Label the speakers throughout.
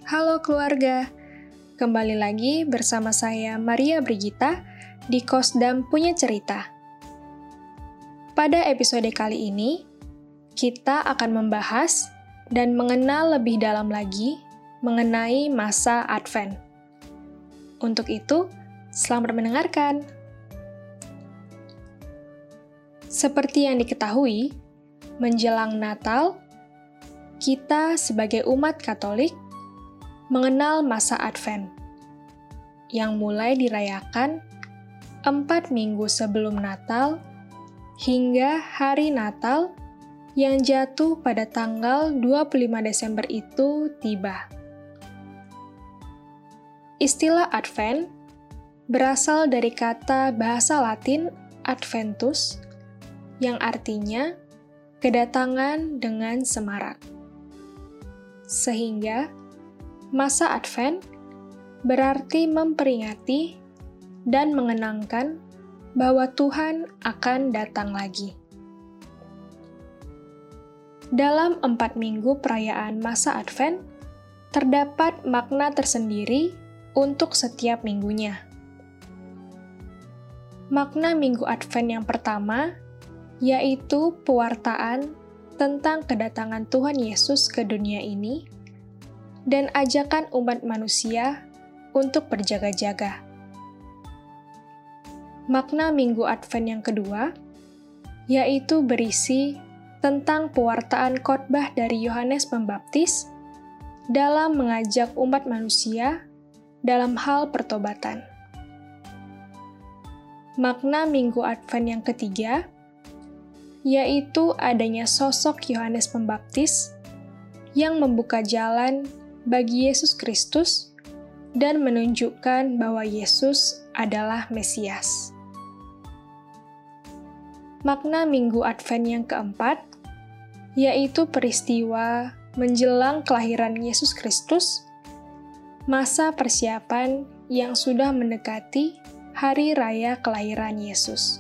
Speaker 1: Halo keluarga, kembali lagi bersama saya Maria Brigita di Kosdam Punya Cerita. Pada episode kali ini, kita akan membahas dan mengenal lebih dalam lagi mengenai masa Advent. Untuk itu, selamat mendengarkan. Seperti yang diketahui, menjelang Natal, kita sebagai umat Katolik mengenal masa Advent, yang mulai dirayakan 4 minggu sebelum Natal hingga hari Natal yang jatuh pada tanggal 25 Desember itu tiba. Istilah Advent berasal dari kata bahasa Latin Adventus, yang artinya kedatangan dengan semarak. Sehingga masa Advent berarti memperingati dan mengenangkan bahwa Tuhan akan datang lagi. Dalam 4 minggu perayaan masa Advent, terdapat makna tersendiri untuk setiap minggunya. Makna minggu Advent yang pertama yaitu pewartaan tentang kedatangan Tuhan Yesus ke dunia ini dan ajakan umat manusia untuk berjaga-jaga. Makna minggu Advent yang kedua yaitu berisi tentang pewartaan khotbah dari Yohanes Pembaptis dalam mengajak umat manusia dalam hal pertobatan. Makna minggu Advent yang ketiga yaitu adanya sosok Yohanes Pembaptis yang membuka jalan bagi Yesus Kristus dan menunjukkan bahwa Yesus adalah Mesias. Makna minggu Advent yang keempat yaitu peristiwa menjelang kelahiran Yesus Kristus, masa persiapan yang sudah mendekati hari raya kelahiran Yesus.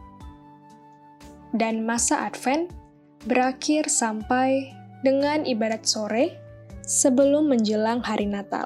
Speaker 1: Dan masa Advent berakhir sampai dengan ibadat sore sebelum menjelang hari Natal.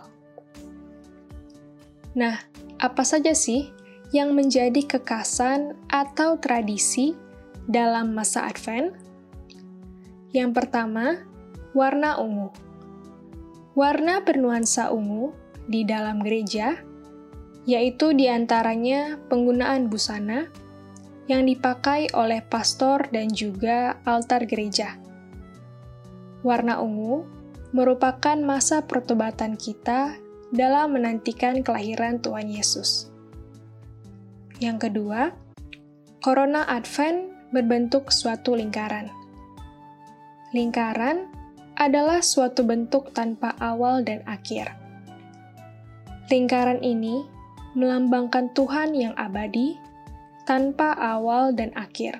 Speaker 1: Nah, apa saja sih yang menjadi kekhasan atau tradisi dalam masa Advent? Yang pertama, warna ungu. Warna bernuansa ungu di dalam gereja, yaitu diantaranya penggunaan busana yang dipakai oleh pastor dan juga altar gereja. Warna ungu merupakan masa pertobatan kita dalam menantikan kelahiran Tuhan Yesus. Yang kedua, corona Advent berbentuk suatu lingkaran. Lingkaran adalah suatu bentuk tanpa awal dan akhir. Lingkaran ini melambangkan Tuhan yang abadi, tanpa awal dan akhir.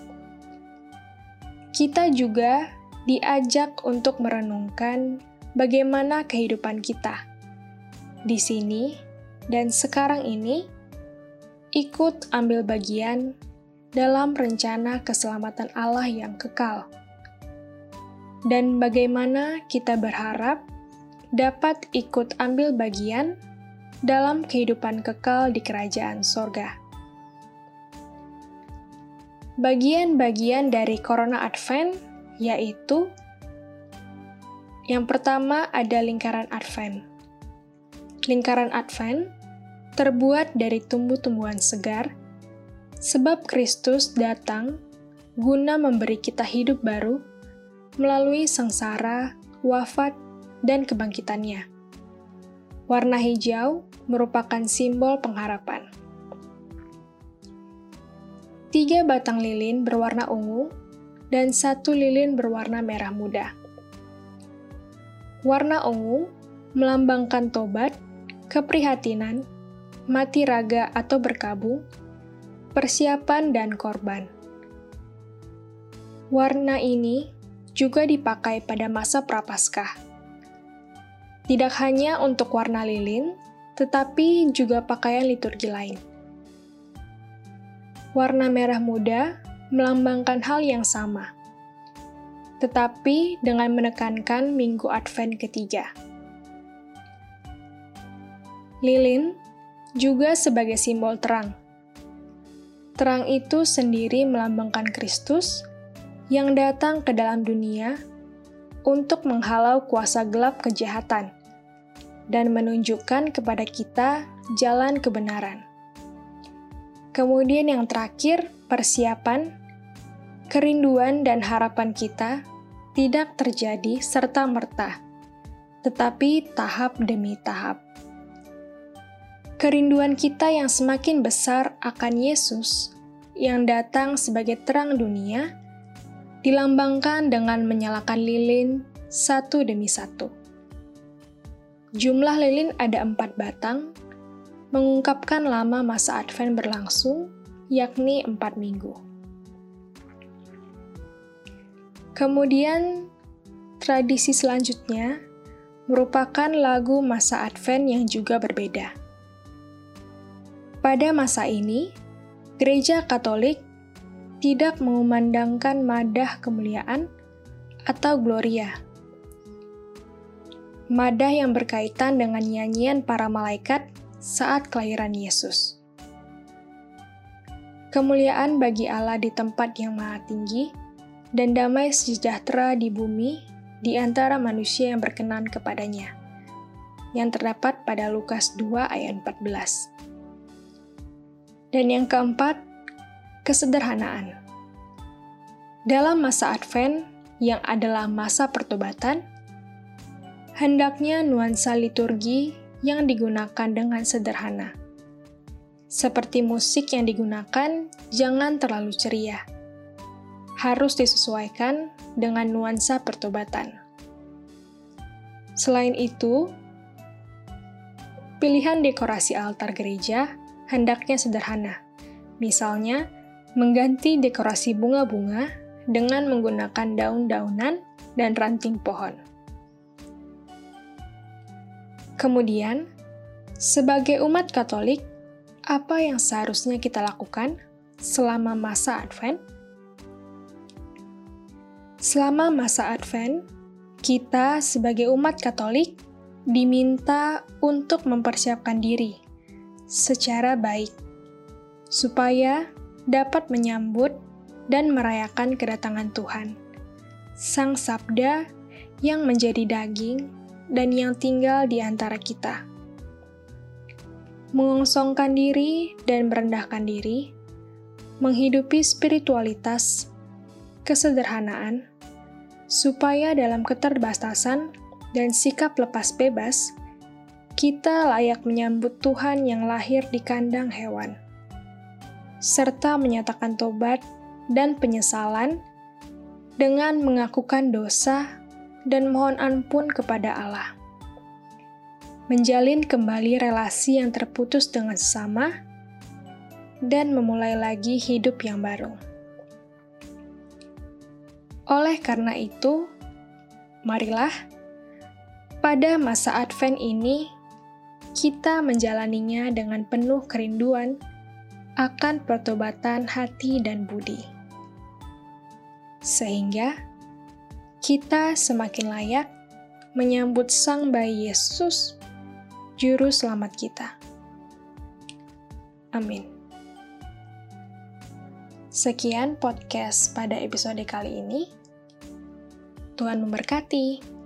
Speaker 1: Kita juga diajak untuk merenungkan bagaimana kehidupan kita di sini dan sekarang ini, ikut ambil bagian dalam rencana keselamatan Allah yang kekal, dan bagaimana kita berharap dapat ikut ambil bagian dalam kehidupan kekal di kerajaan sorga. Bagian-bagian dari corona Advent yaitu yang pertama ada lingkaran Advent. Lingkaran Advent terbuat dari tumbuh-tumbuhan segar, sebab Kristus datang guna memberi kita hidup baru melalui sengsara, wafat, dan kebangkitannya. Warna hijau merupakan simbol pengharapan. 3 batang lilin berwarna ungu dan 1 lilin berwarna merah muda. Warna ungu melambangkan tobat, keprihatinan, mati raga atau berkabung, persiapan dan korban. Warna ini juga dipakai pada masa Prapaskah. Tidak hanya untuk warna lilin, tetapi juga pakaian liturgi lain. Warna merah muda melambangkan hal yang sama, tetapi dengan menekankan minggu Advent ketiga. Lilin juga sebagai simbol terang. Terang itu sendiri melambangkan Kristus yang datang ke dalam dunia untuk menghalau kuasa gelap kejahatan dan menunjukkan kepada kita jalan kebenaran. Kemudian yang terakhir, persiapan, kerinduan dan harapan kita tidak terjadi serta-merta, tetapi tahap demi tahap. Kerinduan kita yang semakin besar akan Yesus yang datang sebagai terang dunia dilambangkan dengan menyalakan lilin satu demi satu. Jumlah lilin ada 4 batang, mengungkapkan lama masa Advent berlangsung, yakni 4 minggu. Kemudian, tradisi selanjutnya merupakan lagu masa Advent yang juga berbeda. Pada masa ini, Gereja Katolik tidak mengumandangkan madah kemuliaan atau gloria. Madah yang berkaitan dengan nyanyian para malaikat saat kelahiran Yesus. Kemuliaan bagi Allah di tempat yang maha tinggi dan damai sejahtera di bumi di antara manusia yang berkenan kepadanya, yang terdapat pada Lukas 2 ayat 14. Dan yang keempat, kesederhanaan. Dalam masa Advent, yang adalah masa pertobatan, hendaknya nuansa liturgi yang digunakan dengan sederhana. Seperti musik yang digunakan, jangan terlalu ceria. Harus disesuaikan dengan nuansa pertobatan. Selain itu, pilihan dekorasi altar gereja hendaknya sederhana. Misalnya, mengganti dekorasi bunga-bunga dengan menggunakan daun-daunan dan ranting pohon. Kemudian, sebagai umat Katolik, apa yang seharusnya kita lakukan selama masa Advent? Selama masa Advent, kita sebagai umat Katolik diminta untuk mempersiapkan diri secara baik, supaya dapat menyambut dan merayakan kedatangan Tuhan, Sang Sabda yang menjadi daging dan yang tinggal di antara kita. Mengosongkan diri dan merendahkan diri, menghidupi spiritualitas, kesederhanaan, supaya dalam keterbatasan dan sikap lepas bebas, kita layak menyambut Tuhan yang lahir di kandang hewan, serta menyatakan tobat dan penyesalan dengan mengakukan dosa dan mohon ampun kepada Allah. Menjalin kembali relasi yang terputus dengan sesama dan memulai lagi hidup yang baru. Oleh karena itu, marilah pada masa Advent ini kita menjalaninya dengan penuh kerinduan akan pertobatan hati dan budi. Sehingga kita semakin layak menyambut Sang Bayi Yesus, Juru Selamat kita. Amin. Sekian podcast pada episode kali ini. Tuhan memberkati.